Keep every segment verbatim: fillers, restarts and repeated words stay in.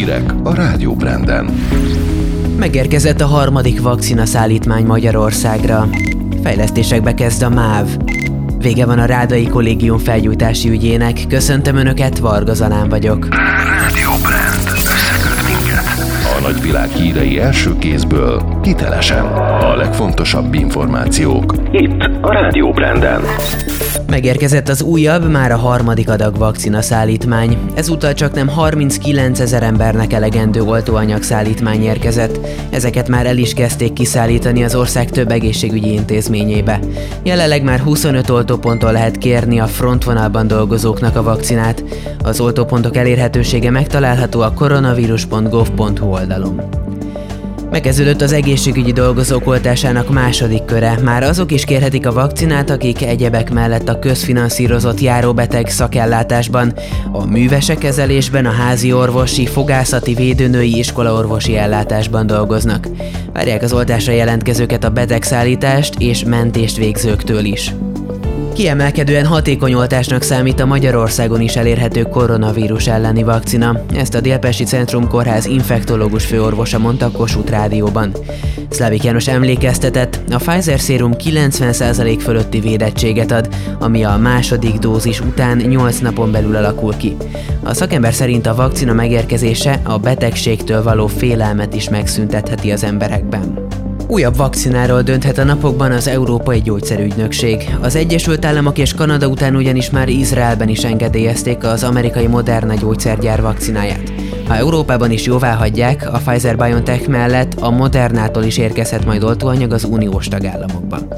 hírek a Rádió Branden. Megérkezett a harmadik vakcina szállítmány Magyarországra. Fejlesztésekbe kezd a MÁV. Vége van a Rádai Kollégium felgyújtási ügyének. Köszöntöm Önöket, Varga Zalán vagyok. Rádió Brand. Összeköt minket. A nagyvilág hírei első kézből, hitelesen. A legfontosabb információk itt a Rádió Branden. Megérkezett az újabb, már a harmadik adag vakcina szállítmány. Ezúttal csaknem harminckilencezer embernek elegendő oltóanyag szállítmány érkezett. Ezeket már el is kezdték kiszállítani az ország több egészségügyi intézményébe. Jelenleg már huszonöt oltóponton lehet kérni a frontvonalban dolgozóknak a vakcinát. Az oltópontok elérhetősége megtalálható a koronavírus pont gov pont hu oldalon. Megkezdődött az egészségügyi dolgozók oltásának második köre. Már azok is kérhetik a vakcinát, akik egyebek mellett a közfinanszírozott járóbeteg szakellátásban, a művesek kezelésben, a házi orvosi, fogászati, védőnői, iskolaorvosi ellátásban dolgoznak. Várják az oltásra jelentkezőket a betegszállítást és mentést végzőktől is. Kiemelkedően hatékony oltásnak számít a Magyarországon is elérhető koronavírus elleni vakcina. Ezt a Délpesti Centrum Kórház infektológus főorvosa mondta a Kossuth Rádióban. Szlávik János emlékeztetett, a Pfizer szérum kilencven százalék fölötti védettséget ad, ami a második dózis után nyolc napon belül alakul ki. A szakember szerint a vakcina megérkezése a betegségtől való félelmet is megszüntetheti az emberekben. Újabb vakcináról dönthet a napokban az Európai Gyógyszerügynökség. Az Egyesült Államok és Kanada után ugyanis már Izraelben is engedélyezték az amerikai Moderna gyógyszergyár vakcináját. Ha Európában is jóváhagyják, a Pfizer-BioNTech mellett a Modernától is érkezhet majd oltóanyag az uniós tagállamokban.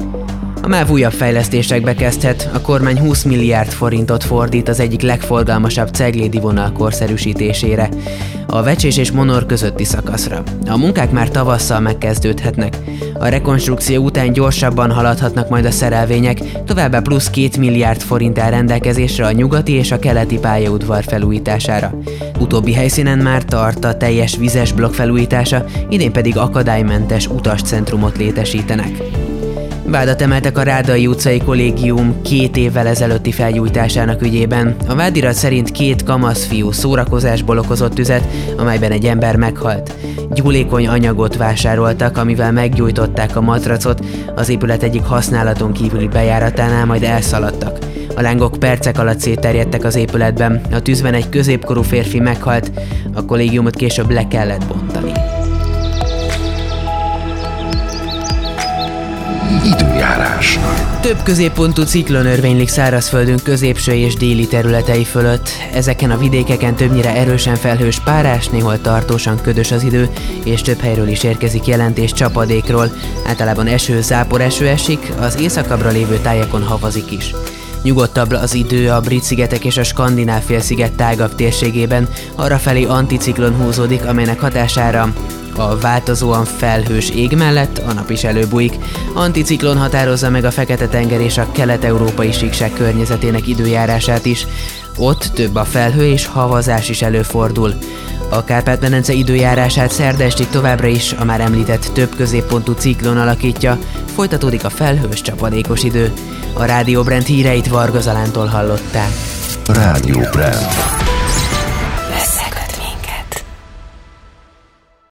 A MÁV újabb fejlesztésekbe kezdhet, a kormány húsz milliárd forintot fordít az egyik legforgalmasabb ceglédi vonal korszerűsítésére, a Vecsés és Monor közötti szakaszra. A munkák már tavasszal megkezdődhetnek. A rekonstrukció után gyorsabban haladhatnak majd a szerelvények, továbbá plusz két milliárd forint áll rendelkezésre a nyugati és a keleti pályaudvar felújítására. Utóbbi helyszínen már tart a teljes vizes blokk felújítása, idén pedig akadálymentes utascentrumot létesítenek. Vádat emeltek a Rádai utcai kollégium két évvel ezelőtti felgyújtásának ügyében. A vádirat szerint két kamaszfiú szórakozásból okozott tüzet, amelyben egy ember meghalt. Gyúlékony anyagot vásároltak, amivel meggyújtották a matracot, az épület egyik használaton kívüli bejáratánál, majd elszaladtak. A lángok percek alatt szétterjedtek az épületben, a tűzben egy középkorú férfi meghalt, a kollégiumot később le kellett bontani. Időjárás. Több középpontú ciklon örvénylik szárazföldünk középső és déli területei fölött. Ezeken a vidékeken többnyire erősen felhős párás, néhol tartósan ködös az idő, és több helyről is érkezik jelentés csapadékról. Általában eső, zápor eső esik, az északabbra lévő tájakon havazik is. Nyugodtabb az idő a Brit-szigetek és a Skandináv-félsziget tágabb térségében, arrafelé anticiklon húzódik, amelynek hatására a változóan felhős ég mellett a nap is előbújik. Anticiklon határozza meg a Fekete-tenger és a kelet-európai síkság környezetének időjárását is. Ott több a felhő és havazás is előfordul. A Kárpát-medence időjárását szerda estig továbbra is a már említett több középpontú ciklon alakítja, folytatódik a felhős csapadékos idő. A Rádió Brand híreit Varga Zalántól hallották. Rádió Brand.